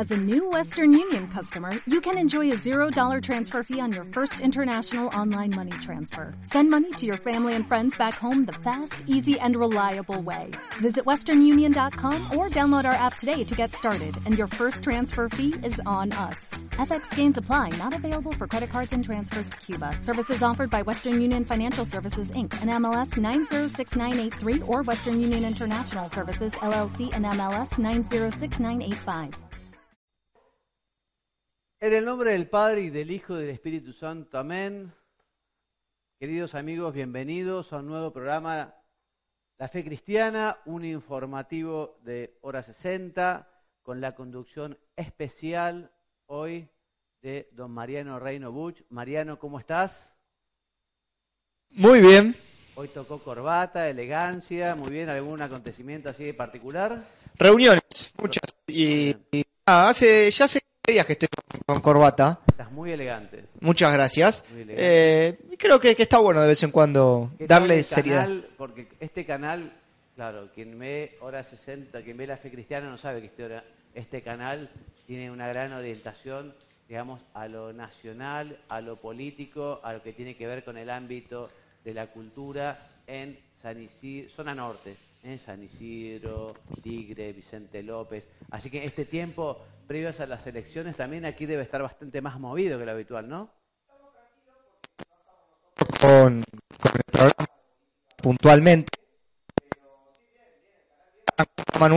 As a new Western Union customer, you can enjoy a $0 transfer fee on your first international online money transfer. Send money to your family and friends back home the fast, easy, and reliable way. Visit westernunion.com or download our app today to get started, and your first transfer fee is on us. FX gains apply, not available for credit cards and transfers to Cuba. Services offered by Western Union Financial Services, Inc., and MLS 906983, or Western Union International Services, LLC, and MLS 906985. En el nombre del Padre, y del Hijo, y del Espíritu Santo. Amén. Queridos amigos, bienvenidos a un nuevo programa, La Fe Cristiana, un informativo de hora 60, con la conducción especial hoy de don Mariano Reino Buch. Mariano, ¿cómo estás? Muy bien. Hoy tocó corbata, elegancia, muy bien. ¿Algún acontecimiento así de particular? Reuniones, muchas. Hace 15 días que estoy con corbata. Estás muy elegante. Muchas gracias. Muy elegante. Creo que está bueno de vez en cuando darle seriedad. Porque este canal, claro, quien ve hora 60, quien ve La Fe Cristiana no sabe que este canal tiene una gran orientación, digamos, a lo nacional, a lo político, a lo que tiene que ver con el ámbito de la cultura en San Isidro, zona norte, en San Isidro, Tigre, Vicente López. Así que este tiempo previos a las elecciones también aquí debe estar bastante más movido que lo habitual, ¿no? Con el programa puntualmente. Manuel,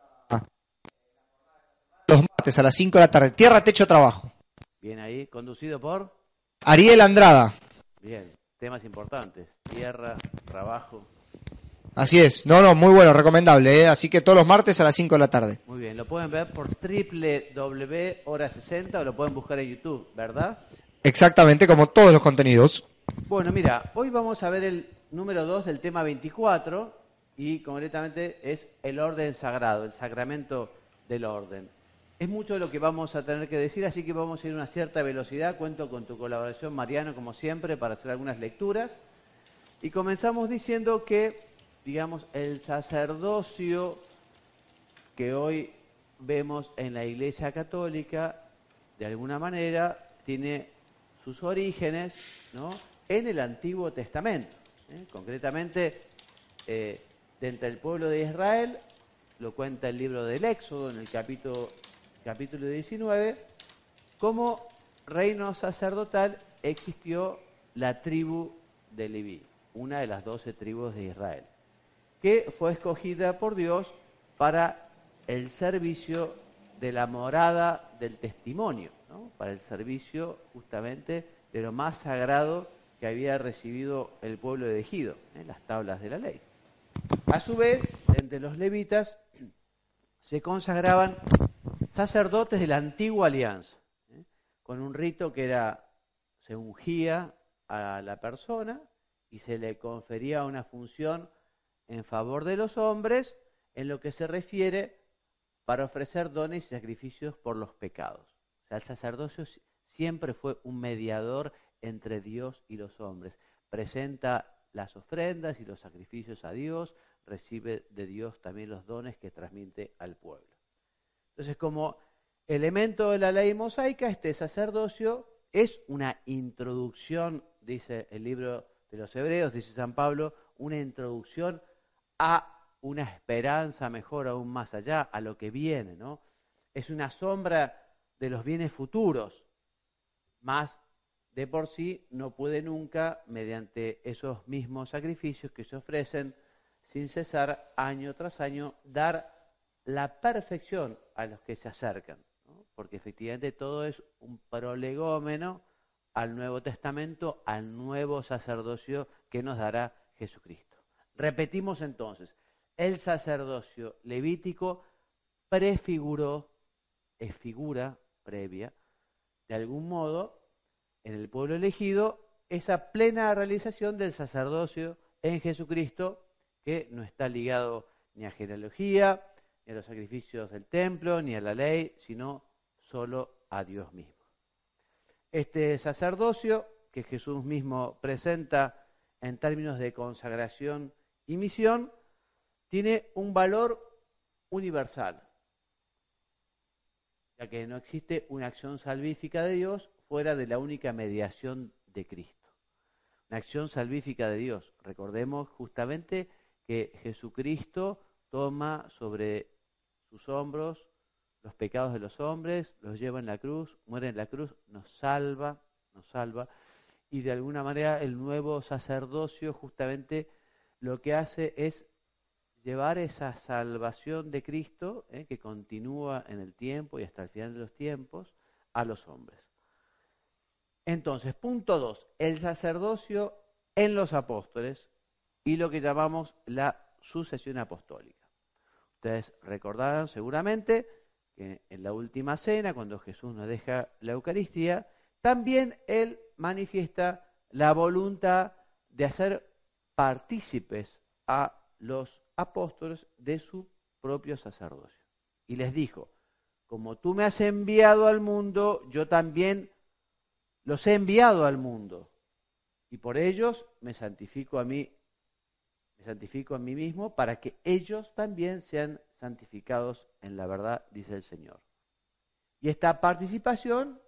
los martes a las 5 de la tarde. Tierra, techo, trabajo. Bien ahí, conducido por Ariel Andrada. Bien, temas importantes. Tierra, trabajo. Así es. No, muy bueno, recomendable, ¿eh? Así que todos los martes a las 5 de la tarde. Muy bien, lo pueden ver por www.hora60 o lo pueden buscar en YouTube, ¿verdad? Exactamente, como todos los contenidos. Bueno, mira, hoy vamos a ver el número 2 del tema 24 y concretamente es el orden sagrado, el sacramento del orden. Es mucho lo que vamos a tener que decir, así que vamos a ir a una cierta velocidad. Cuento con tu colaboración, Mariano, como siempre, para hacer algunas lecturas. Y comenzamos diciendo que, digamos, el sacerdocio que hoy vemos en la Iglesia Católica, de alguna manera, tiene sus orígenes, ¿no?, en el Antiguo Testamento. Concretamente, de entre el pueblo de Israel, lo cuenta el libro del Éxodo, en el capítulo 19, como reino sacerdotal existió la tribu de Leví, una de las 12 tribus de Israel, que fue escogida por Dios para el servicio de la morada del testimonio, ¿no?, para el servicio justamente de lo más sagrado que había recibido el pueblo elegido, las tablas de la ley. A su vez, entre los levitas se consagraban sacerdotes de la antigua alianza, con un rito que se ungía a la persona y se le confería una función en favor de los hombres en lo que se refiere para ofrecer dones y sacrificios por los pecados. O sea, el sacerdocio siempre fue un mediador entre Dios y los hombres. Presenta las ofrendas y los sacrificios a Dios, recibe de Dios también los dones que transmite al pueblo. Entonces, como elemento de la ley mosaica, este sacerdocio es una introducción, dice el libro de los Hebreos, dice San Pablo, una introducción a una esperanza mejor aún más allá, a lo que viene, ¿no? Es una sombra de los bienes futuros, más de por sí no puede nunca, mediante esos mismos sacrificios que se ofrecen sin cesar año tras año, dar la perfección a los que se acercan, ¿no? Porque efectivamente todo es un prolegómeno al Nuevo Testamento, al nuevo sacerdocio que nos dará Jesucristo. Repetimos entonces, el sacerdocio levítico prefiguró, es figura previa, de algún modo, en el pueblo elegido, esa plena realización del sacerdocio en Jesucristo, que no está ligado ni a genealogía, ni a los sacrificios del templo, ni a la ley, sino solo a Dios mismo. Este sacerdocio, que Jesús mismo presenta en términos de consagración y misión, tiene un valor universal. ya que no existe una acción salvífica de Dios fuera de la única mediación de Cristo. Una acción salvífica de Dios. Recordemos justamente que Jesucristo toma sobre sus hombros los pecados de los hombres, los lleva en la cruz, muere en la cruz, nos salva, y de alguna manera el nuevo sacerdocio justamente lo que hace es llevar esa salvación de Cristo, que continúa en el tiempo y hasta el final de los tiempos, a los hombres. Entonces, punto 2, el sacerdocio en los apóstoles y lo que llamamos la sucesión apostólica. Ustedes recordarán seguramente que en la última cena, cuando Jesús nos deja la Eucaristía, también Él manifiesta la voluntad de hacer partícipes a los apóstoles de su propio sacerdocio. Y les dijo, como tú me has enviado al mundo, yo también los he enviado al mundo. Y por ellos me santifico a mí mismo para que ellos también sean santificados en la verdad, dice el Señor. Y esta participación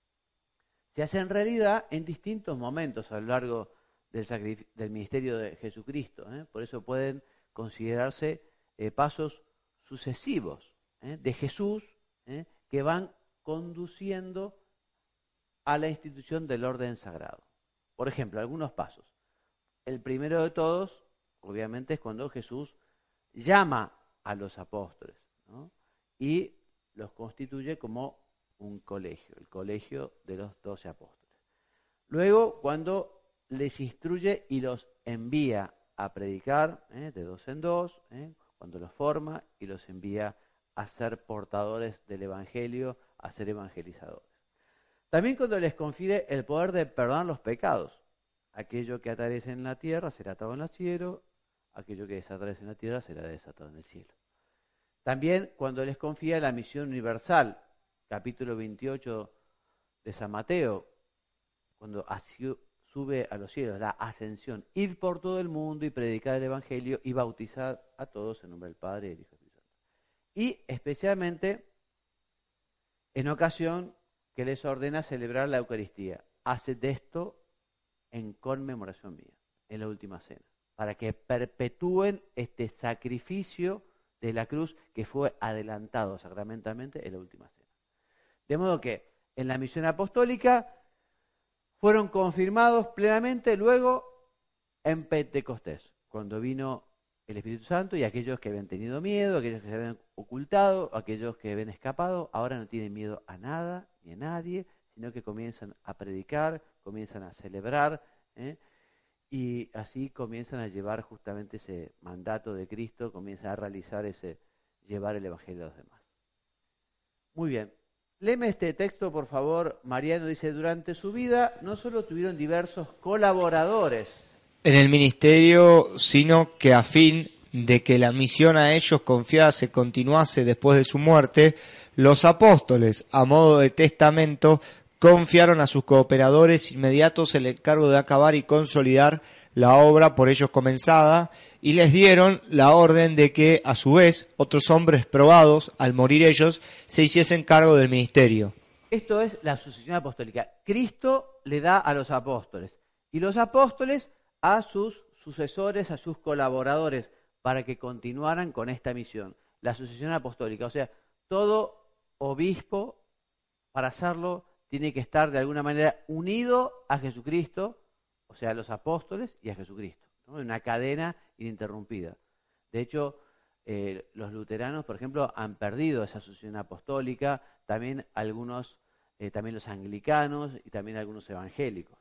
se hace en realidad en distintos momentos a lo largo del ministerio de Jesucristo. Por eso pueden considerarse pasos sucesivos de Jesús que van conduciendo a la institución del orden sagrado. Por ejemplo, algunos pasos. El primero de todos, obviamente, es cuando Jesús llama a los apóstoles, ¿no? Y los constituye como un colegio, el colegio de los 12 apóstoles. Luego, cuando les instruye y los envía a predicar, de 2 en 2, cuando los forma y los envía a ser portadores del Evangelio, a ser evangelizadores. También cuando les confiere el poder de perdonar los pecados. Aquello que atares en la tierra será atado en el cielo, aquello que desatares en la tierra será desatado en el cielo. También cuando les confía la misión universal, capítulo 28 de San Mateo, cuando sube a los cielos, la ascensión, ir por todo el mundo y predicar el Evangelio y bautizar a todos en nombre del Padre y del Hijo y del Espíritu Santo. Y especialmente en ocasión que les ordena celebrar la Eucaristía. Haced esto en conmemoración mía, en la última cena, para que perpetúen este sacrificio de la cruz que fue adelantado sacramentalmente en la última cena. De modo que en la misión apostólica fueron confirmados plenamente luego en Pentecostés, cuando vino el Espíritu Santo y aquellos que habían tenido miedo, aquellos que se habían ocultado, aquellos que habían escapado, ahora no tienen miedo a nada ni a nadie, sino que comienzan a predicar, comienzan a celebrar, y así comienzan a llevar justamente ese mandato de Cristo, comienzan a realizar llevar el Evangelio a los demás. Muy bien. Léeme este texto, por favor. Mariano dice, durante su vida no solo tuvieron diversos colaboradores en el ministerio, sino que a fin de que la misión a ellos confiada se continuase después de su muerte, los apóstoles, a modo de testamento, confiaron a sus cooperadores inmediatos el encargo de acabar y consolidar la obra por ellos comenzada, y les dieron la orden de que, a su vez, otros hombres probados, al morir ellos, se hiciesen cargo del ministerio. Esto es la sucesión apostólica. Cristo le da a los apóstoles, y los apóstoles a sus sucesores, a sus colaboradores, para que continuaran con esta misión. La sucesión apostólica, o sea, todo obispo, para hacerlo, tiene que estar de alguna manera unido a Jesucristo, o sea, a los apóstoles y a Jesucristo, ¿no? En una cadena ininterrumpida. De hecho, los luteranos, por ejemplo, han perdido esa sucesión apostólica, también también los anglicanos y también algunos evangélicos.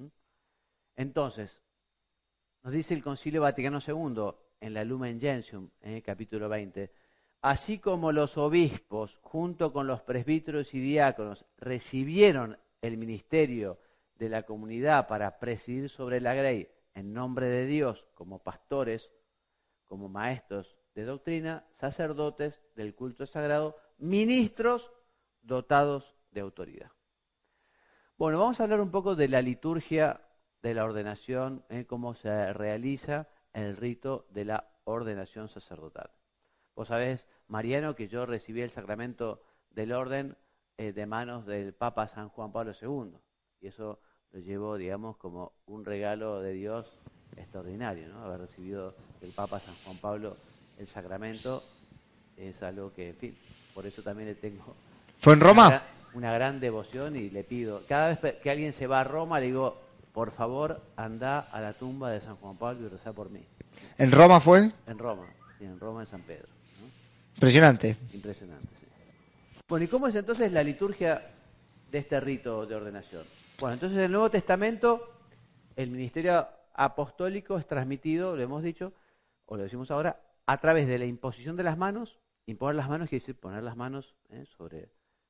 Entonces, nos dice el Concilio Vaticano II en la Lumen Gentium, capítulo 20, así como los obispos, junto con los presbíteros y diáconos, recibieron el ministerio de la comunidad para presidir sobre la grey en nombre de Dios como pastores, como maestros de doctrina, sacerdotes del culto sagrado, ministros dotados de autoridad. Bueno, vamos a hablar un poco de la liturgia de la ordenación, cómo se realiza el rito de la ordenación sacerdotal. Vos sabés, Mariano, que yo recibí el sacramento del orden de manos del Papa San Juan Pablo II. Y eso lo llevo, digamos, como un regalo de Dios extraordinario, ¿no? Haber recibido del Papa San Juan Pablo el sacramento es algo que, en fin, por eso también le tengo... ¿Fue en Roma? Una gran devoción y le pido, cada vez que alguien se va a Roma, le digo, por favor, anda a la tumba de San Juan Pablo y rezá por mí. ¿En Roma fue? En Roma, sí, en Roma, en San Pedro, ¿no? Impresionante. Impresionante, sí. Bueno, ¿y cómo es entonces la liturgia de este rito de ordenación? Bueno, entonces en el Nuevo Testamento el ministerio apostólico es transmitido, lo hemos dicho, o lo decimos ahora, a través de la imposición de las manos. Imponer las manos quiere decir poner las manos sobre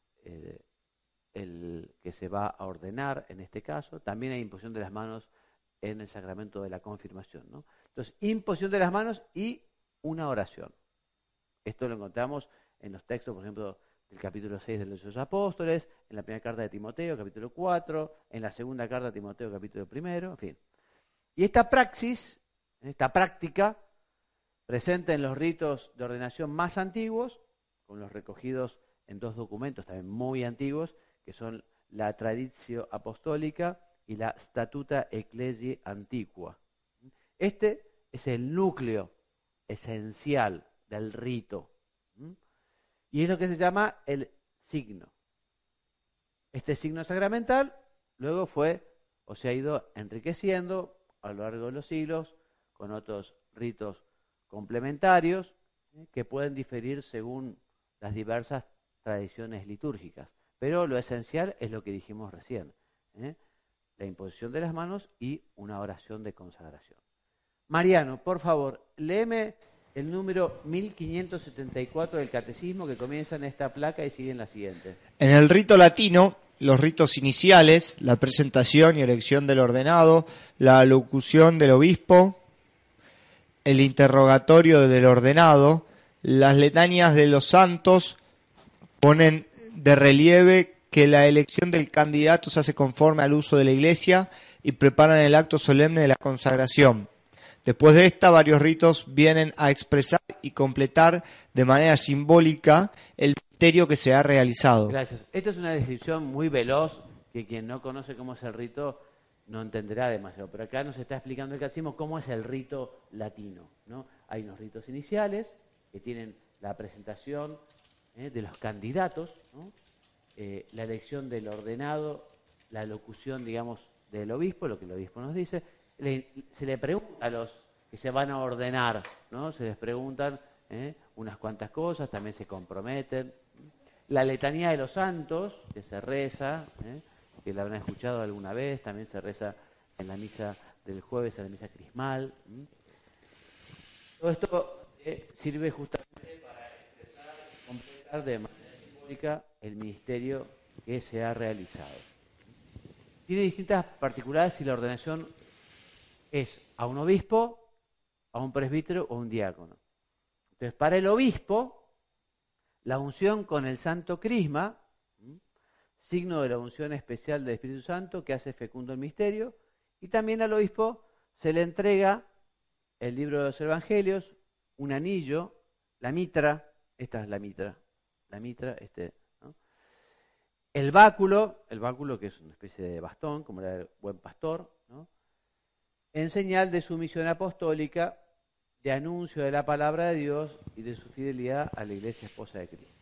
el que se va a ordenar, en este caso. También hay imposición de las manos en el sacramento de la confirmación, ¿no? Entonces, imposición de las manos y una oración. Esto lo encontramos en los textos, por ejemplo, del capítulo 6 de los Apóstoles, en la primera carta de Timoteo, capítulo 4, en la segunda carta de Timoteo, capítulo 1, en fin. Y esta praxis, esta práctica, presente en los ritos de ordenación más antiguos, con los recogidos en dos documentos también muy antiguos, que son la Traditio Apostólica y la Statuta Ecclesiae Antiqua. Este es el núcleo esencial del rito, y es lo que se llama el signo. Este signo sacramental luego fue, o se ha ido enriqueciendo a lo largo de los siglos con otros ritos complementarios que pueden diferir según las diversas tradiciones litúrgicas. Pero lo esencial es lo que dijimos recién, la imposición de las manos y una oración de consagración. Mariano, por favor, léeme el número 1574 del Catecismo, que comienza en esta placa y sigue en la siguiente. En el rito latino, los ritos iniciales, la presentación y elección del ordenado, la alocución del obispo, el interrogatorio del ordenado, las letanías de los santos ponen de relieve que la elección del candidato se hace conforme al uso de la Iglesia y preparan el acto solemne de la consagración. Después de esta, varios ritos vienen a expresar y completar de manera simbólica el misterio que se ha realizado. Gracias. Esta es una descripción muy veloz que quien no conoce cómo es el rito no entenderá demasiado. Pero acá nos está explicando el Catecismo cómo es el rito latino, ¿no? Hay unos ritos iniciales que tienen la presentación de los candidatos, ¿no? La elección del ordenado, la locución, digamos, del obispo, lo que el obispo nos dice. Se le pregunta a los que se van a ordenar, ¿no? Se les preguntan unas cuantas cosas, también se comprometen. La letanía de los santos, que se reza, que la habrán escuchado alguna vez, también se reza en la misa del jueves, en la misa crismal. Todo esto sirve justamente para expresar y completar de manera simbólica el ministerio que se ha realizado. Tiene distintas particularidades si la ordenación es a un obispo, a un presbítero o a un diácono. Entonces, para el obispo, la unción con el santo crisma, signo de la unción especial del Espíritu Santo que hace fecundo el misterio, y también al obispo se le entrega el libro de los Evangelios, un anillo, la mitra, esta es la mitra, ¿no? El báculo que es una especie de bastón, como era el buen pastor, ¿no? En señal de su misión apostólica, de anuncio de la palabra de Dios y de su fidelidad a la Iglesia esposa de Cristo.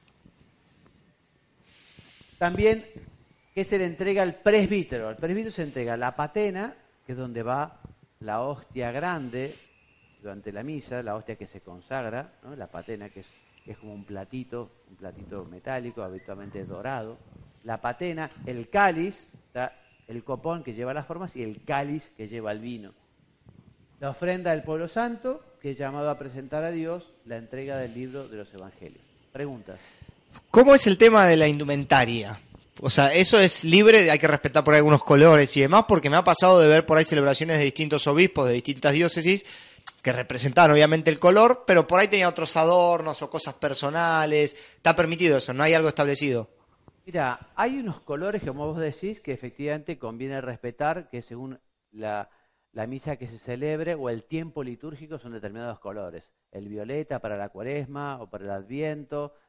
También, ¿qué se le entrega al presbítero? Al presbítero se entrega la patena, que es donde va la hostia grande durante la misa, la hostia que se consagra, ¿no? La patena, que es como un platito metálico, habitualmente dorado. La patena, el cáliz, el copón que lleva las formas y el cáliz que lleva el vino. La ofrenda del pueblo santo, que es llamado a presentar a Dios la entrega del libro de los Evangelios. Preguntas. ¿Cómo es el tema de la indumentaria? O sea, eso es libre, hay que respetar por ahí algunos colores y demás, porque me ha pasado de ver por ahí celebraciones de distintos obispos, de distintas diócesis, que representaban obviamente el color, pero por ahí tenía otros adornos o cosas personales. ¿Está permitido eso? ¿No hay algo establecido? Mira, hay unos colores, como vos decís, que efectivamente conviene respetar, que según la misa que se celebre o el tiempo litúrgico son determinados colores. El violeta para la cuaresma o para el adviento,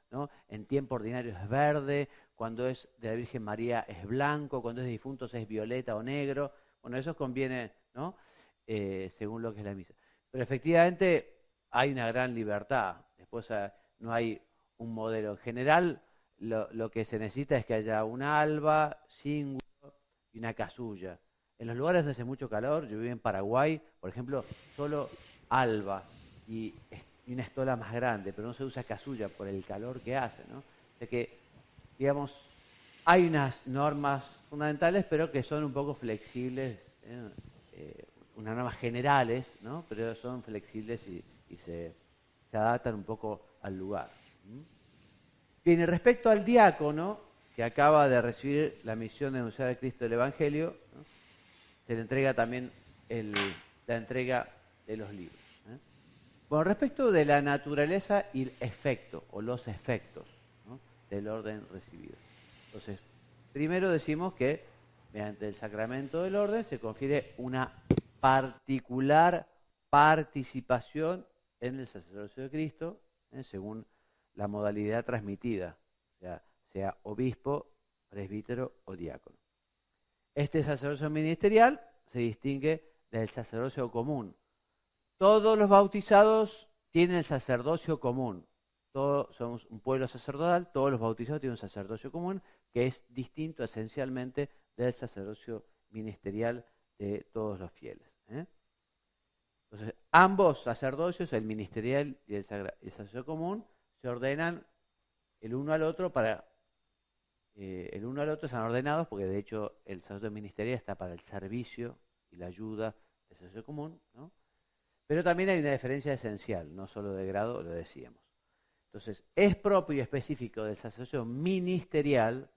¿no? En tiempo ordinario es verde, cuando es de la Virgen María es blanco, cuando es de difuntos es violeta o negro. Bueno, eso conviene, ¿no? Según lo que es la misa. Pero efectivamente hay una gran libertad. Después no hay un modelo. En general, lo que se necesita es que haya un alba, cíngulo y una casulla. En los lugares donde hace mucho calor, yo vivo en Paraguay, por ejemplo, solo alba y una estola más grande, pero no se usa casulla por el calor que hace, ¿no? O sea que, digamos, hay unas normas fundamentales, pero que son un poco flexibles, unas normas generales, ¿no? Pero son flexibles y se adaptan un poco al lugar. Bien, y respecto al diácono, que acaba de recibir la misión de anunciar a Cristo el Evangelio, ¿no? Se le entrega también la entrega de los libros. Bueno, respecto de la naturaleza y el efecto, o los efectos, ¿no? Del orden recibido. Entonces, primero decimos que mediante el sacramento del orden se confiere una particular participación en el sacerdocio de Cristo, según la modalidad transmitida, sea obispo, presbítero o diácono. Este sacerdocio ministerial se distingue del sacerdocio común. Todos los bautizados tienen el sacerdocio común. Todos somos un pueblo sacerdotal, todos los bautizados tienen un sacerdocio común que es distinto esencialmente del sacerdocio ministerial de todos los fieles. Entonces, ambos sacerdocios, el ministerial y el sacerdocio común, se ordenan el uno al otro están ordenados porque de hecho el sacerdocio ministerial está para el servicio y la ayuda del sacerdocio común, ¿no? Pero también hay una diferencia esencial, no solo de grado, lo decíamos. Entonces, es propio y específico del sacerdocio ministerial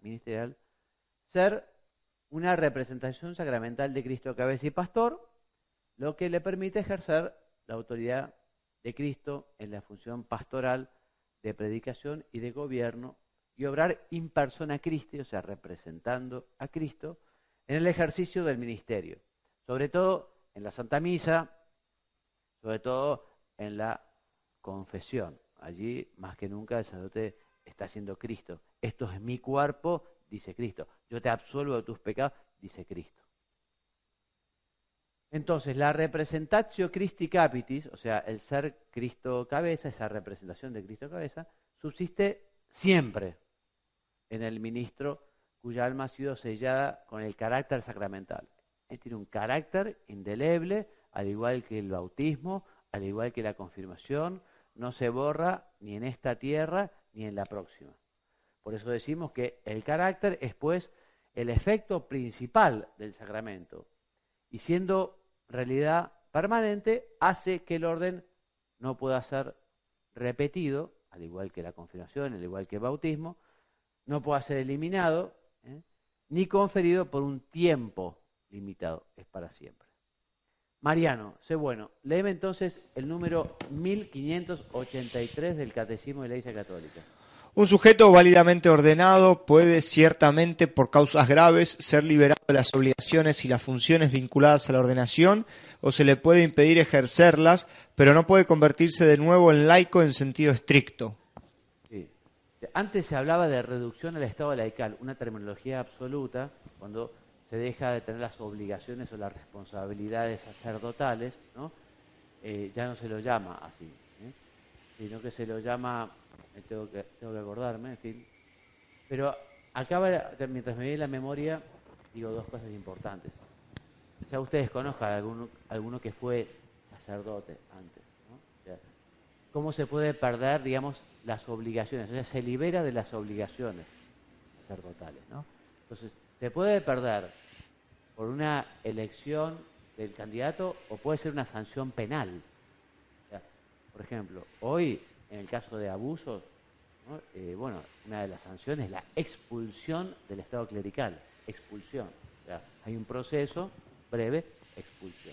ser una representación sacramental de Cristo cabeza y pastor, lo que le permite ejercer la autoridad de Cristo en la función pastoral, de predicación y de gobierno, y obrar in persona Christi, o sea, representando a Cristo, en el ejercicio del ministerio, sobre todo en la Santa Misa, sobre todo en la confesión. Allí, más que nunca, el sacerdote está haciendo Cristo. Esto es mi cuerpo, dice Cristo. Yo te absuelvo de tus pecados, dice Cristo. Entonces, la representatio Christi capitis, o sea, el ser Cristo cabeza, esa representación de Cristo cabeza, subsiste siempre en el ministro cuya alma ha sido sellada con el carácter sacramental. Él tiene un carácter indeleble, al igual que el bautismo, al igual que la confirmación, no se borra ni en esta tierra ni en la próxima. Por eso decimos que el carácter es, pues, el efecto principal del sacramento. Y siendo realidad permanente, hace que el orden no pueda ser repetido, al igual que la confirmación, al igual que el bautismo, no pueda ser eliminado, ni conferido por un tiempo limitado, es para siempre. Mariano, sé bueno, léeme entonces el número 1583 del Catecismo de la Iglesia Católica. Un sujeto válidamente ordenado puede ciertamente, por causas graves, ser liberado de las obligaciones y las funciones vinculadas a la ordenación, o se le puede impedir ejercerlas, pero no puede convertirse de nuevo en laico en sentido estricto. Sí. Antes se hablaba de reducción al estado laical, una terminología absoluta, cuando se deja de tener las obligaciones o las responsabilidades sacerdotales, ¿no? Ya no se lo llama así, sino que se lo llama, tengo que acordarme, en fin. Pero acaba, mientras me viene la memoria, digo dos cosas importantes. Ya ustedes conozcan alguno que fue sacerdote antes, ¿no? O sea, ¿cómo se puede perder, digamos, las obligaciones? O sea, se libera de las obligaciones sacerdotales, ¿no? Entonces, se puede perder por una elección del candidato o puede ser una sanción penal. O sea, por ejemplo, hoy, en el caso de abusos, ¿no? Una de las sanciones es la expulsión del estado clerical. Expulsión. O sea, hay un proceso breve, expulsión.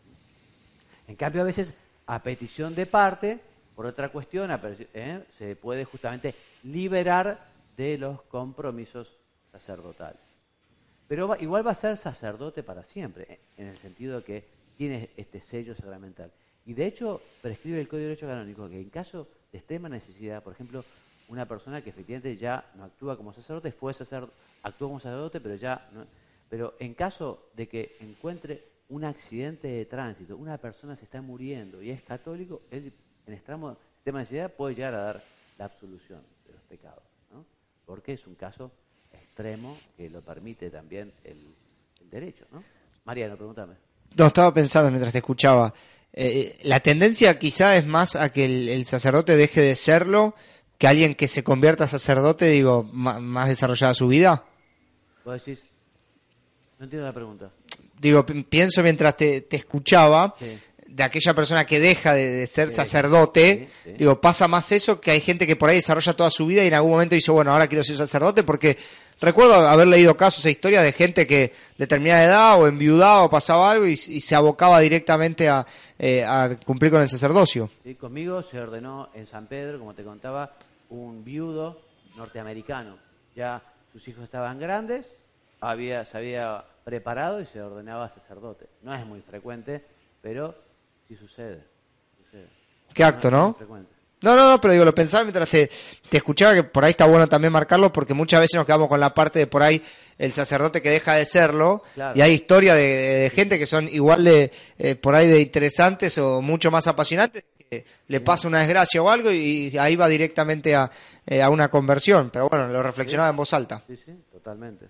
En cambio, a veces, a petición de parte, por otra cuestión, se puede justamente liberar de los compromisos sacerdotales. Pero igual va a ser sacerdote para siempre, en el sentido de que tiene este sello sacramental. Y de hecho, prescribe el Código de Derecho Canónico que en caso de extrema necesidad, por ejemplo, una persona que efectivamente ya no actúa como sacerdote, actuó como sacerdote, pero ya no. Pero en caso de que encuentre un accidente de tránsito, una persona se está muriendo y es católico, él en extremo tema de necesidad puede llegar a dar la absolución de los pecados, ¿no? Porque es un caso extremo que lo permite también el derecho, ¿no? Mariano, pregúntame. No, estaba pensando mientras te escuchaba. La tendencia quizá es más a que el sacerdote deje de serlo que alguien que se convierta a sacerdote, digo, más desarrollada su vida. Vos decís, no entiendo la pregunta. Digo, pienso mientras te escuchaba, Sí. de aquella persona que deja de ser sacerdote, sí. digo, pasa más eso que hay gente que por ahí desarrolla toda su vida y en algún momento dice, bueno, ahora quiero ser sacerdote, porque recuerdo haber leído casos e historias de gente que de determinada edad o enviudaba o pasaba algo y se abocaba directamente a cumplir con el sacerdocio. Sí, conmigo se ordenó en San Pedro, como te contaba, un viudo norteamericano. Ya sus hijos estaban grandes, se había preparado y se ordenaba sacerdote. No es muy frecuente, pero sí sucede. Qué acto, No es ¿no? muy frecuente. No, pero digo, lo pensaba mientras te escuchaba, que por ahí está bueno también marcarlo, porque muchas veces nos quedamos con la parte de por ahí el sacerdote que deja de serlo, Claro. y hay historias de gente que son igual de, por ahí de interesantes o mucho más apasionantes, que le pasa una desgracia o algo y ahí va directamente a una conversión, pero bueno, lo reflexionaba en voz alta. Sí, totalmente.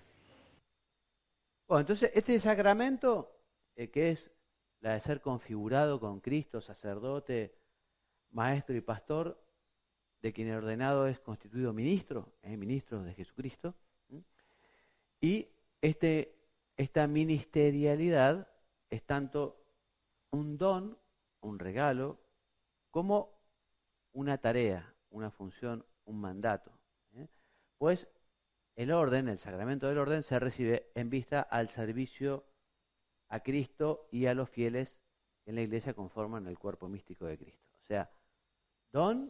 Bueno, entonces este sacramento, que es la de ser configurado con Cristo, sacerdote, maestro y pastor, de quien el ordenado es constituido ministro, ministro de Jesucristo, ¿sí? Y esta ministerialidad es tanto un don, un regalo, como una tarea, una función, un mandato. Pues el orden, el sacramento del orden, se recibe en vista al servicio a Cristo y a los fieles que en la iglesia conforman el cuerpo místico de Cristo. O sea, don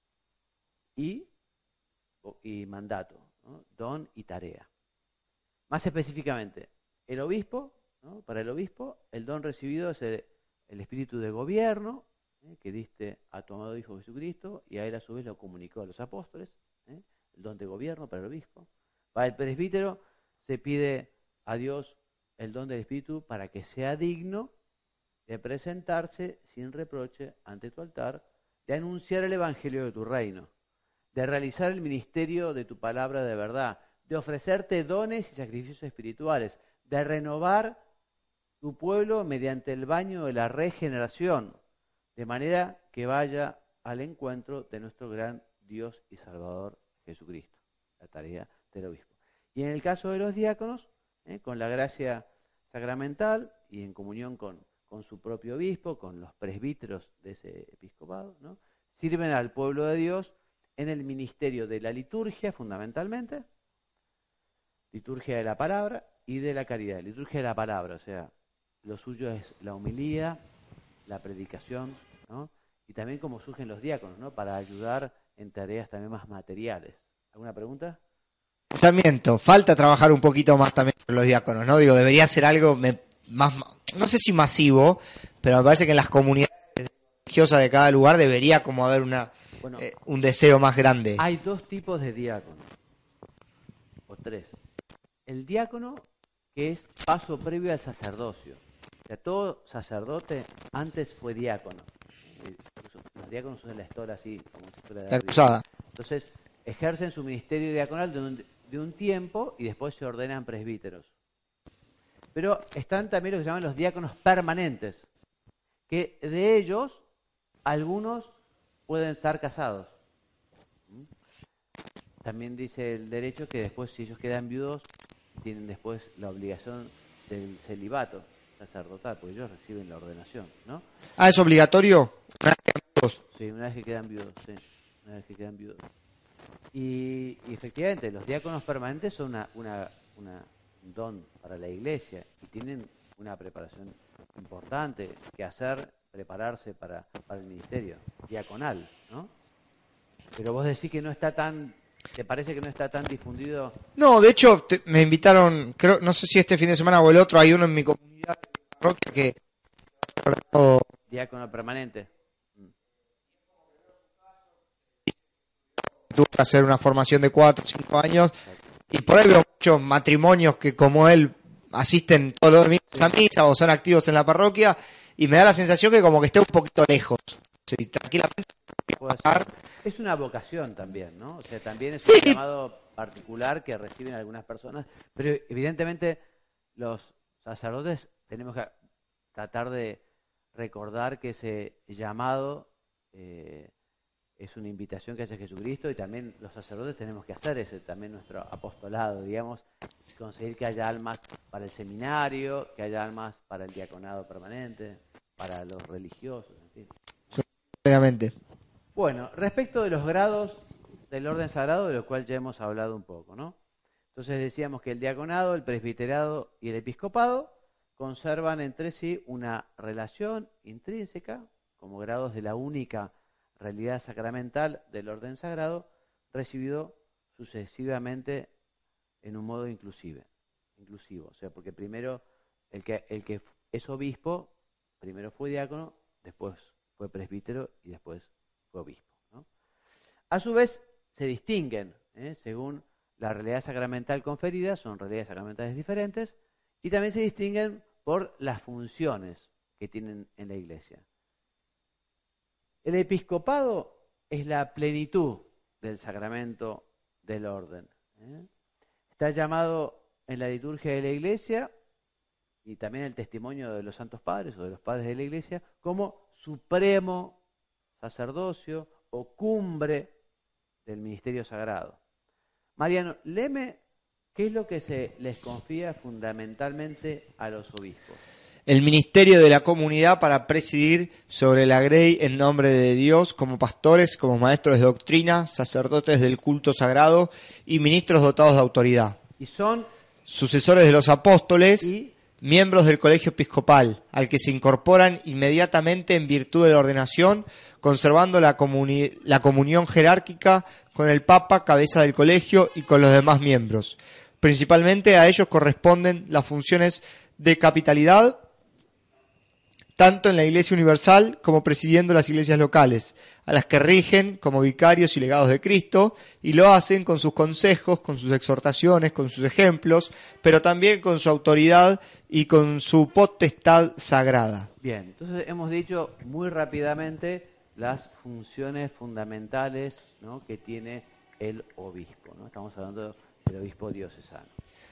y mandato, ¿no? Don y tarea. Más específicamente, el obispo, ¿no? Para el obispo, el don recibido es el espíritu de gobierno, que diste a tu amado Hijo Jesucristo, y a él a su vez lo comunicó a los apóstoles, el don de gobierno para el obispo. Para el presbítero se pide a Dios el don del Espíritu para que sea digno de presentarse sin reproche ante tu altar, de anunciar el Evangelio de tu reino, de realizar el ministerio de tu palabra de verdad, de ofrecerte dones y sacrificios espirituales, de renovar tu pueblo mediante el baño de la regeneración, de manera que vaya al encuentro de nuestro gran Dios y Salvador Jesucristo, la tarea del obispo. Y en el caso de los diáconos, con la gracia sacramental y en comunión con su propio obispo, con los presbíteros de ese episcopado, ¿no? Sirven al pueblo de Dios en el ministerio de la liturgia, fundamentalmente, liturgia de la palabra y de la caridad. Liturgia de la palabra, o sea, lo suyo es la homilía, la predicación, ¿no? Y también cómo surgen los diáconos, ¿no? Para ayudar en tareas también más materiales. ¿Alguna pregunta? Pensamiento, falta trabajar un poquito más también con los diáconos, ¿no? Digo, debería ser algo más, no sé si masivo, pero me parece que en las comunidades religiosas de cada lugar debería como haber un deseo más grande. Hay dos tipos de diáconos, o tres. El diácono, que es paso previo al sacerdocio. O sea, todo sacerdote antes fue diácono. Los diáconos usan la estola así, como si fuera de La cruzada. Entonces, ejercen su ministerio diaconal de un tiempo y después se ordenan presbíteros. Pero están también lo que se llaman los diáconos permanentes, que de ellos algunos pueden estar casados. También dice el derecho que después, si ellos quedan viudos, tienen después la obligación del celibato sacerdotal, porque ellos reciben la ordenación, ¿no? Ah, ¿es obligatorio? Sí, una vez que quedan viudos, sí. Una vez que quedan viudos. Y efectivamente, los diáconos permanentes son un don para la iglesia y tienen una preparación importante que hacer, prepararse para el ministerio diaconal, ¿no? Pero vos decís que no está tan, ¿te parece que no está tan difundido? No, de hecho, me invitaron, creo, no sé si este fin de semana o el otro, hay uno en mi comunidad de parroquia que... Diácono permanente. tuvo que hacer una formación de 4 o 5 años, y por ahí veo muchos matrimonios que como él asisten todos los domingos a misa o son activos en la parroquia, y me da la sensación que como que esté un poquito lejos. Sí, tranquilamente. Es una vocación también, ¿no? O sea, también es Sí. un llamado particular que reciben algunas personas, pero evidentemente los sacerdotes tenemos que tratar de recordar que ese llamado es una invitación que hace Jesucristo, y también los sacerdotes tenemos que hacer ese también nuestro apostolado, digamos, conseguir que haya almas para el seminario, que haya almas para el diaconado permanente, para los religiosos, en fin. Claramente. Bueno, respecto de los grados del orden sagrado, de lo cual ya hemos hablado un poco, ¿no? Entonces decíamos que el diaconado, el presbiterado y el episcopado conservan entre sí una relación intrínseca como grados de la única realidad sacramental del orden sagrado, recibido sucesivamente en un modo inclusivo. O sea, porque primero el que es obispo, primero fue diácono, después fue presbítero y después fue obispo, ¿no? A su vez se distinguen, según la realidad sacramental conferida, son realidades sacramentales diferentes, y también se distinguen por las funciones que tienen en la Iglesia. El episcopado es la plenitud del sacramento del orden. Está llamado en la liturgia de la Iglesia, y también el testimonio de los santos padres o de los padres de la Iglesia, como supremo sacerdocio o cumbre del ministerio sagrado. Mariano, léeme qué es lo que se les confía fundamentalmente a los obispos. El ministerio de la comunidad para presidir sobre la grey en nombre de Dios, como pastores, como maestros de doctrina, sacerdotes del culto sagrado y ministros dotados de autoridad. Y son sucesores de los apóstoles, y miembros del colegio episcopal, al que se incorporan inmediatamente en virtud de la ordenación, conservando la comunión jerárquica con el Papa, cabeza del colegio, y con los demás miembros. Principalmente a ellos corresponden las funciones de capitalidad, tanto en la Iglesia Universal como presidiendo las iglesias locales, a las que rigen como vicarios y legados de Cristo, y lo hacen con sus consejos, con sus exhortaciones, con sus ejemplos, pero también con su autoridad y con su potestad sagrada. Bien, entonces hemos dicho muy rápidamente las funciones fundamentales, ¿no?, que tiene el obispo, ¿no? Estamos hablando del obispo diocesano.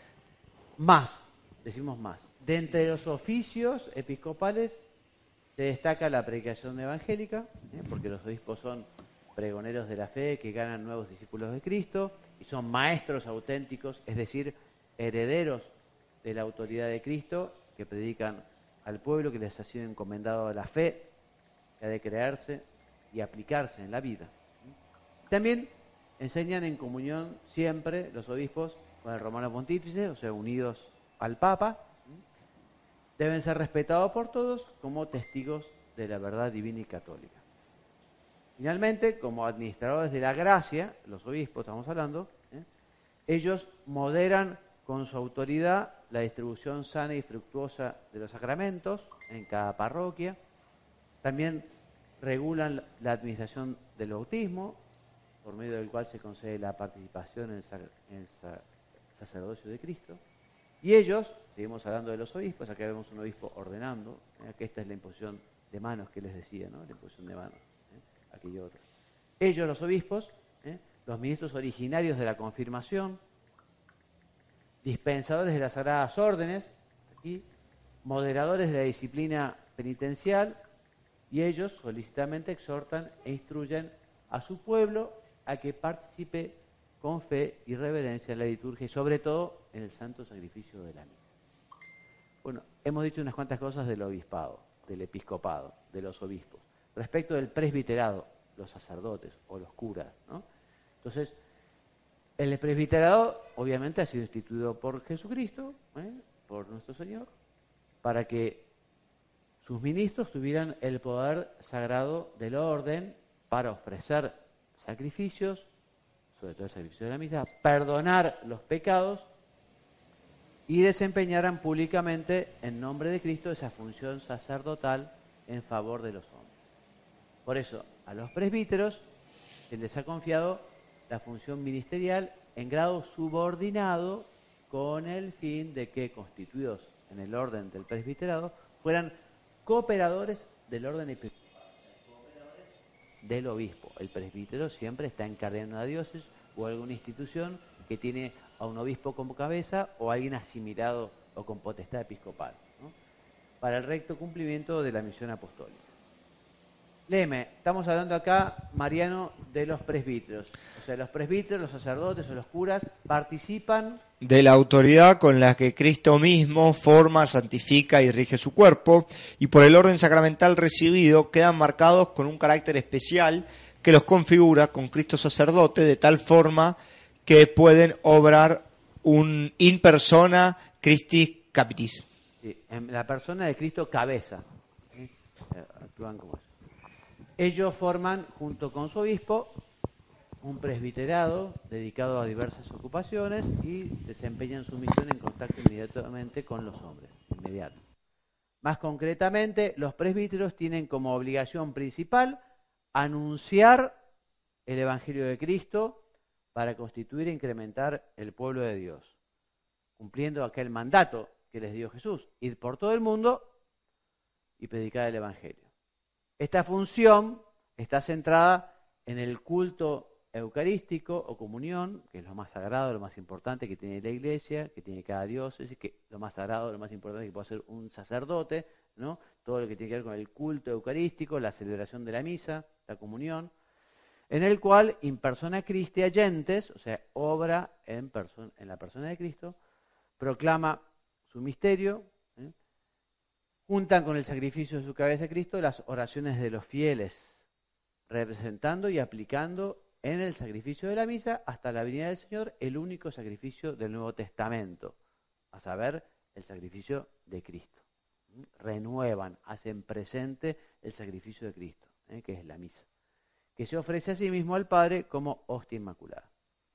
Decimos más, de entre los oficios episcopales se destaca la predicación evangélica, porque los obispos son pregoneros de la fe que ganan nuevos discípulos de Cristo y son maestros auténticos, es decir, herederos de la autoridad de Cristo, que predican al pueblo, que les ha sido encomendado la fe, que ha de creerse y aplicarse en la vida. También enseñan en comunión siempre los obispos con el romano pontífice, o sea, unidos al Papa. Deben ser respetados por todos como testigos de la verdad divina y católica. Finalmente, como administradores de la gracia, los obispos estamos hablando, ellos moderan con su autoridad la distribución sana y fructuosa de los sacramentos en cada parroquia. También regulan la administración del bautismo, por medio del cual se concede la participación en el sacerdocio de Cristo. Y ellos, seguimos hablando de los obispos, acá vemos un obispo ordenando, que esta es la imposición de manos que les decía, ¿no? La imposición de manos, aquí y otro. Ellos, los obispos, los ministros originarios de la confirmación, dispensadores de las sagradas órdenes, aquí, moderadores de la disciplina penitencial, y ellos solicitamente exhortan e instruyen a su pueblo a que participe con fe y reverencia en la liturgia y sobre todo en el santo sacrificio de la misa. Bueno, hemos dicho unas cuantas cosas del obispado, del episcopado, de los obispos. Respecto del presbiterado, los sacerdotes o los curas, ¿no? Entonces, el presbiterado obviamente ha sido instituido por Jesucristo, por nuestro Señor, para que sus ministros tuvieran el poder sagrado del orden para ofrecer sacrificios, sobre todo el sacrificio de la misa, perdonar los pecados y desempeñaran públicamente en nombre de Cristo esa función sacerdotal en favor de los hombres. Por eso, a los presbíteros se les ha confiado la función ministerial en grado subordinado con el fin de que, constituidos en el orden del presbiterado, fueran cooperadores del orden episcopal, del obispo. El presbítero siempre está encargado de una diócesis o alguna institución que tiene a un obispo como cabeza o alguien asimilado o con potestad episcopal, ¿no?, para el recto cumplimiento de la misión apostólica. Léeme, estamos hablando acá, Mariano, de los presbíteros. O sea, los presbíteros, los sacerdotes o los curas participan de la autoridad con la que Cristo mismo forma, santifica y rige su cuerpo, y por el orden sacramental recibido quedan marcados con un carácter especial que los configura con Cristo sacerdote, de tal forma que pueden obrar un in persona Christi capitis. Sí, en la persona de Cristo cabeza. Actúan como eso. Ellos forman, junto con su obispo, un presbiterado dedicado a diversas ocupaciones y desempeñan su misión en contacto inmediatamente con los hombres. Inmediato. Más concretamente, los presbíteros tienen como obligación principal anunciar el Evangelio de Cristo para constituir e incrementar el pueblo de Dios, cumpliendo aquel mandato que les dio Jesús: ir por todo el mundo y predicar el Evangelio. Esta función está centrada en el culto eucarístico o comunión, que es lo más sagrado, lo más importante que tiene la Iglesia, que tiene cada diócesis, que lo más sagrado, lo más importante que puede hacer un sacerdote, ¿no? Todo lo que tiene que ver con el culto eucarístico, la celebración de la misa, la comunión, en el cual in persona Christi agentes, o sea, obra en la persona de Cristo, proclama su misterio, juntan con el sacrificio de su cabeza Cristo las oraciones de los fieles, representando y aplicando en el sacrificio de la misa hasta la venida del Señor el único sacrificio del Nuevo Testamento, a saber, el sacrificio de Cristo. Renuevan, hacen presente el sacrificio de Cristo, que es la misa, que se ofrece a sí mismo al Padre como hostia inmaculada.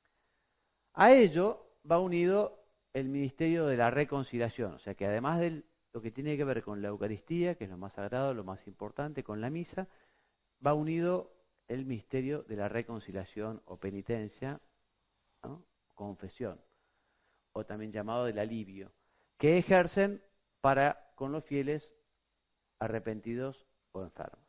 A ello va unido el ministerio de la reconciliación, o sea que además de lo que tiene que ver con la Eucaristía, que es lo más sagrado, lo más importante, con la misa, va unido el misterio de la reconciliación o penitencia, ¿no?, confesión, o también llamado del alivio, que ejercen para con los fieles arrepentidos o enfermos.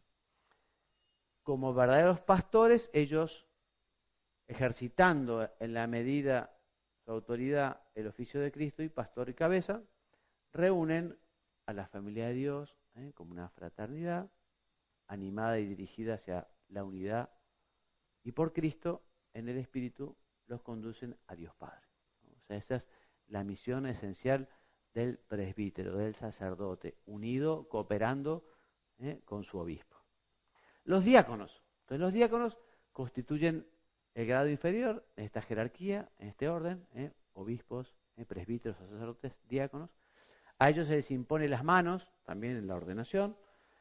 Como verdaderos pastores, ellos, ejercitando en la medida su autoridad el oficio de Cristo y pastor y cabeza, reúnen a la familia de Dios como una fraternidad animada y dirigida hacia la unidad, y por Cristo en el Espíritu los conducen a Dios Padre. O sea, esa es la misión esencial del presbítero, del sacerdote, unido, cooperando con su obispo. Los diáconos. Entonces los diáconos constituyen el grado inferior en esta jerarquía, en este orden, obispos, presbíteros, sacerdotes, diáconos. A ellos se les impone las manos, también en la ordenación,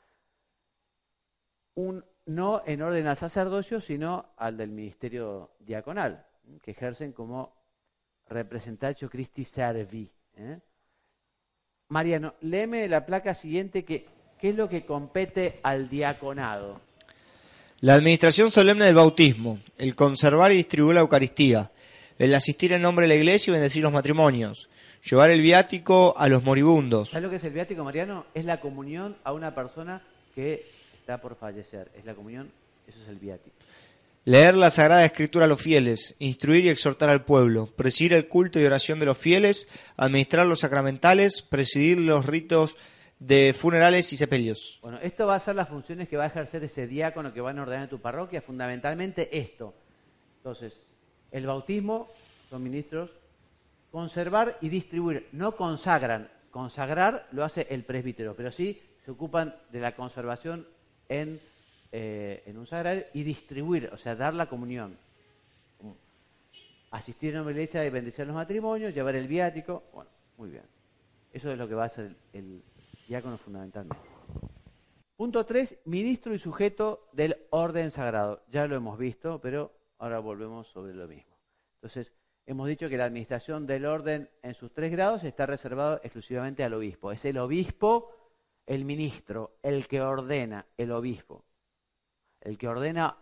no en orden al sacerdocio, sino al del ministerio diaconal, que ejercen como representatio Christi servi. Mariano, léeme la placa siguiente, ¿qué es lo que compete al diaconado? La administración solemne del bautismo, el conservar y distribuir la Eucaristía, el asistir en nombre de la Iglesia y bendecir los matrimonios, llevar el viático a los moribundos. ¿Sabes lo que es el viático, Mariano? Es la comunión a una persona que está por fallecer. Es la comunión, eso es el viático. Leer la Sagrada Escritura a los fieles, instruir y exhortar al pueblo, presidir el culto y oración de los fieles, administrar los sacramentales, presidir los ritos de funerales y sepelios. Bueno, esto va a ser las funciones que va a ejercer ese diácono que van a ordenar en tu parroquia, fundamentalmente esto. Entonces, el bautismo, son ministros, conservar y distribuir, no consagran. Consagrar lo hace el presbítero, pero sí se ocupan de la conservación en un sagrario y distribuir, o sea, dar la comunión. Asistir en una iglesia y bendecir los matrimonios, llevar el viático. Bueno, muy bien. Eso es lo que va a hacer el diácono fundamentalmente. Punto 3, ministro y sujeto del orden sagrado. Ya lo hemos visto, pero ahora volvemos sobre lo mismo. Entonces, hemos dicho que la administración del orden en sus 3 grados está reservado exclusivamente al obispo. Es el obispo, el ministro, el que ordena, el obispo. El que ordena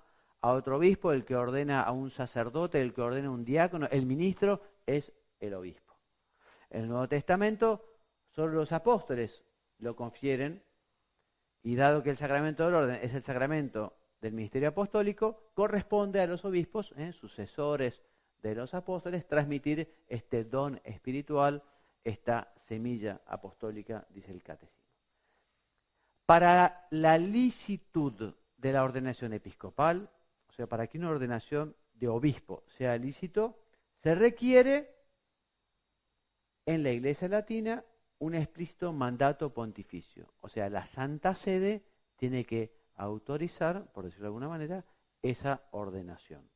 a otro obispo, el que ordena a un sacerdote, el que ordena a un diácono, el ministro es el obispo. En el Nuevo Testamento solo los apóstoles lo confieren, y dado que el sacramento del orden es el sacramento del ministerio apostólico, corresponde a los obispos, sucesores de los apóstoles, transmitir este don espiritual, esta semilla apostólica, dice el catecismo. Para la licitud de la ordenación episcopal, o sea, para que una ordenación de obispo sea lícito, se requiere en la Iglesia Latina un explícito mandato pontificio. O sea, la Santa Sede tiene que autorizar, por decirlo de alguna manera, esa ordenación.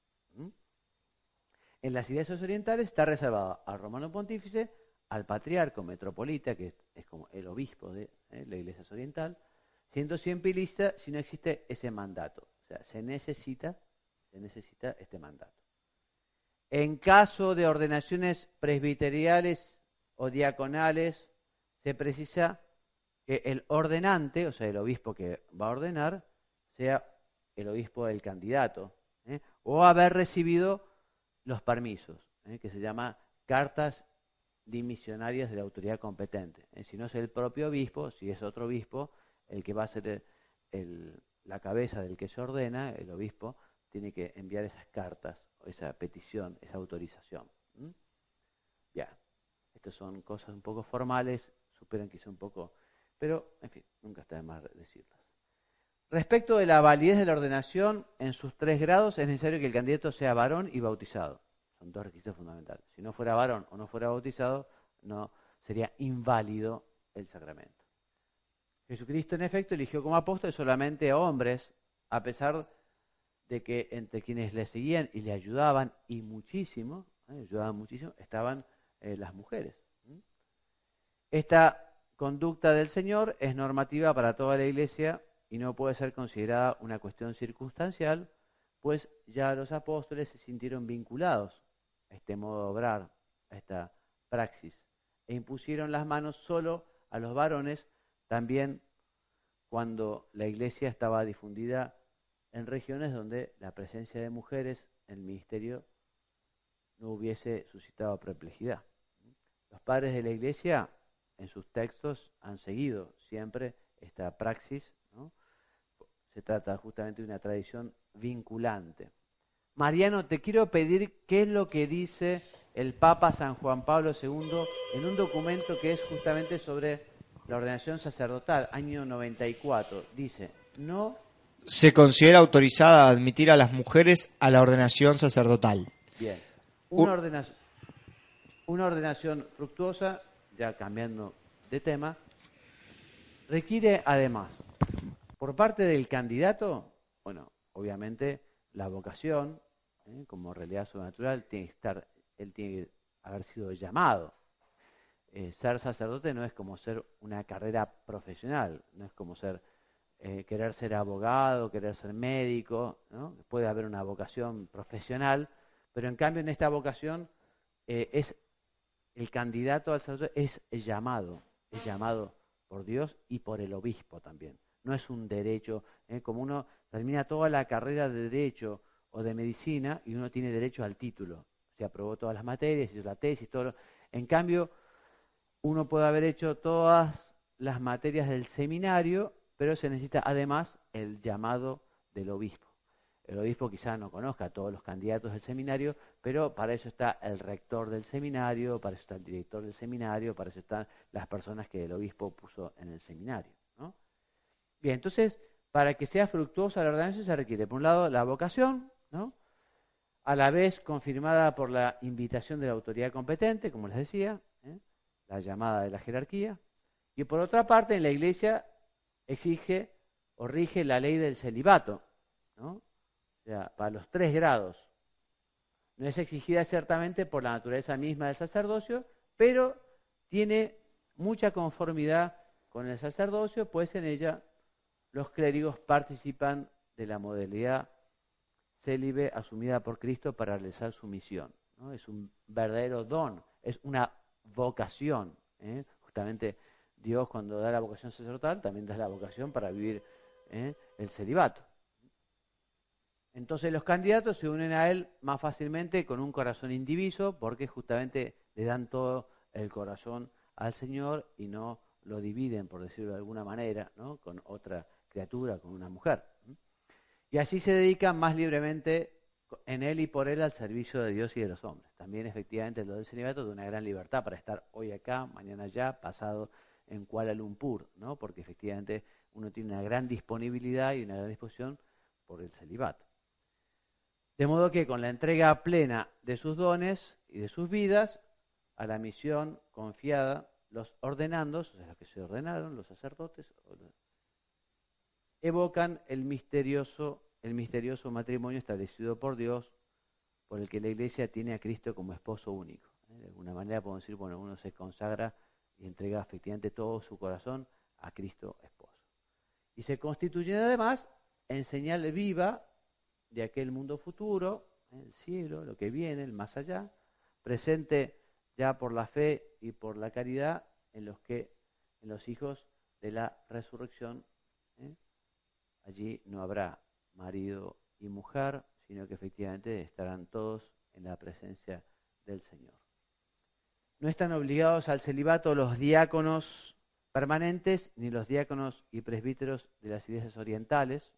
En las iglesias orientales está reservado al romano pontífice, al patriarca metropolita, que es como el obispo de la iglesia oriental, siendo siempre ilícita si no existe ese mandato. O sea, se necesita este mandato. En caso de ordenaciones presbiteriales o diaconales, se precisa que el ordenante, o sea, el obispo que va a ordenar, sea el obispo del candidato, o haber recibido los permisos, que se llama cartas dimisionarias de la autoridad competente. Si no es el propio obispo, si es otro obispo, el que va a ser la cabeza del que se ordena, el obispo, tiene que enviar esas cartas, esa petición, esa autorización. Ya, estas son cosas un poco formales, superan quizá un poco, pero, en fin, nunca está de más decirlas. Respecto de la validez de la ordenación, en sus 3 grados es necesario que el candidato sea varón y bautizado. Son 2 requisitos fundamentales. Si no fuera varón o no fuera bautizado, no sería inválido el sacramento. Jesucristo, en efecto, eligió como apóstoles solamente a hombres, a pesar de que entre quienes le seguían y le ayudaban, y muchísimo, estaban las mujeres. Esta conducta del Señor es normativa para toda la Iglesia y no puede ser considerada una cuestión circunstancial, pues ya los apóstoles se sintieron vinculados a este modo de obrar, a esta praxis, e impusieron las manos solo a los varones, también cuando la Iglesia estaba difundida en regiones donde la presencia de mujeres en el ministerio no hubiese suscitado perplejidad. Los padres de la Iglesia, en sus textos, han seguido siempre esta praxis, ¿no? Se trata justamente de una tradición vinculante. Mariano, te quiero pedir qué es lo que dice el Papa San Juan Pablo II en un documento que es justamente sobre la ordenación sacerdotal, año 94. Dice, no se considera autorizada a admitir a las mujeres a la ordenación sacerdotal. Bien. Una ordenación fructuosa, ya cambiando de tema, requiere además, por parte del candidato, bueno, obviamente la vocación, como realidad sobrenatural, él tiene que haber sido llamado. Ser sacerdote no es como ser una carrera profesional, no es como querer ser abogado, querer ser médico, ¿no? Puede haber una vocación profesional, pero en cambio en esta vocación es el candidato al sacerdote es llamado por Dios y por el obispo también. No es un derecho, como uno termina toda la carrera de derecho o de medicina y uno tiene derecho al título. Se aprobó todas las materias, hizo la tesis, todo. En cambio, uno puede haber hecho todas las materias del seminario, pero se necesita además el llamado del obispo. El obispo quizá no conozca a todos los candidatos del seminario, pero para eso está el rector del seminario, para eso está el director del seminario, para eso están las personas que el obispo puso en el seminario, ¿no? Bien, entonces, para que sea fructuosa la ordenación se requiere, por un lado, la vocación, ¿no? A la vez confirmada por la invitación de la autoridad competente, como les decía, la llamada de la jerarquía, y por otra parte, en la Iglesia exige o rige la ley del celibato, ¿no? O sea, para los 3 grados. No es exigida ciertamente por la naturaleza misma del sacerdocio, pero tiene mucha conformidad con el sacerdocio, pues en ella los clérigos participan de la modalidad célibe asumida por Cristo para realizar su misión, ¿no? Es un verdadero don, es una vocación, Justamente Dios, cuando da la vocación sacerdotal, también da la vocación para vivir el celibato. Entonces los candidatos se unen a él más fácilmente con un corazón indiviso, porque justamente le dan todo el corazón al Señor y no lo dividen, por decirlo de alguna manera, ¿no?, con otra criatura, con una mujer. Y así se dedican más libremente en él y por él al servicio de Dios y de los hombres. También efectivamente lo del celibato de una gran libertad para estar hoy acá, mañana allá, pasado en Kuala Lumpur, ¿no?, porque efectivamente uno tiene una gran disponibilidad y una gran disposición por el celibato. De modo que con la entrega plena de sus dones y de sus vidas a la misión confiada, los ordenandos, o sea, los que se ordenaron, los sacerdotes, evocan el misterioso matrimonio establecido por Dios, por el que la Iglesia tiene a Cristo como esposo único. De alguna manera podemos decir, bueno, uno se consagra y entrega efectivamente todo su corazón a Cristo esposo. Y se constituyen además en señal viva de aquel mundo futuro, el cielo, lo que viene, el más allá, presente ya por la fe y por la caridad en los hijos de la resurrección. Allí no habrá marido y mujer, sino que efectivamente estarán todos en la presencia del Señor. No están obligados al celibato los diáconos permanentes, ni los diáconos y presbíteros de las iglesias orientales,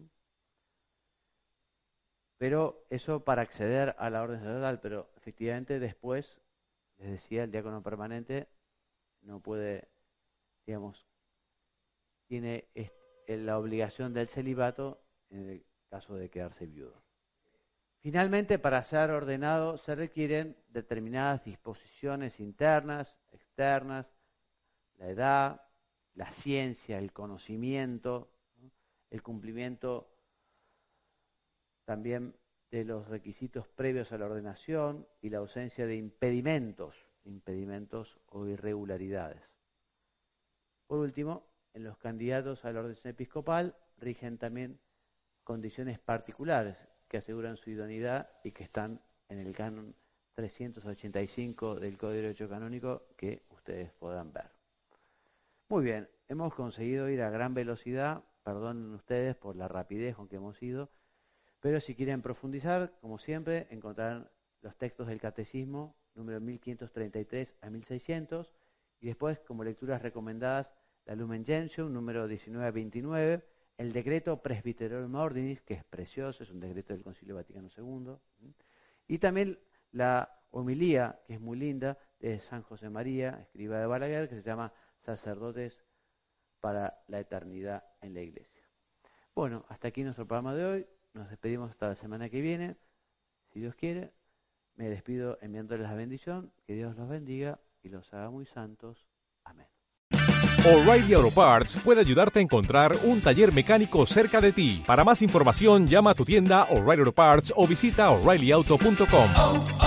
pero eso para acceder a la orden sacerdotal, pero efectivamente después, les decía, el diácono permanente no puede, digamos, tiene la obligación del celibato en el caso de quedarse viudo. Finalmente, para ser ordenado se requieren determinadas disposiciones internas, externas, la edad, la ciencia, el conocimiento, ¿no?, el cumplimiento también de los requisitos previos a la ordenación y la ausencia de impedimentos o irregularidades. Por último, en los candidatos a la orden episcopal rigen también condiciones particulares que aseguran su idoneidad y que están en el canon 385 del Código de Derecho Canónico que ustedes podrán ver. Muy bien, hemos conseguido ir a gran velocidad, perdonen ustedes por la rapidez con que hemos ido, pero si quieren profundizar, como siempre, encontrarán los textos del Catecismo, número 1533 a 1600, y después, como lecturas recomendadas, la Lumen Gentium, número 1929, el decreto Presbyterorum Ordinis, que es precioso, es un decreto del Concilio Vaticano II, y también la homilía, que es muy linda, de San José María, escriba de Balaguer, que se llama Sacerdotes para la Eternidad en la Iglesia. Bueno, hasta aquí nuestro programa de hoy. Nos despedimos hasta la semana que viene. Si Dios quiere, me despido enviándoles la bendición. Que Dios los bendiga y los haga muy santos. Amén. O'Reilly Auto Parts puede ayudarte a encontrar un taller mecánico cerca de ti. Para más información, llama a tu tienda O'Reilly Auto Parts o visita O'ReillyAuto.com.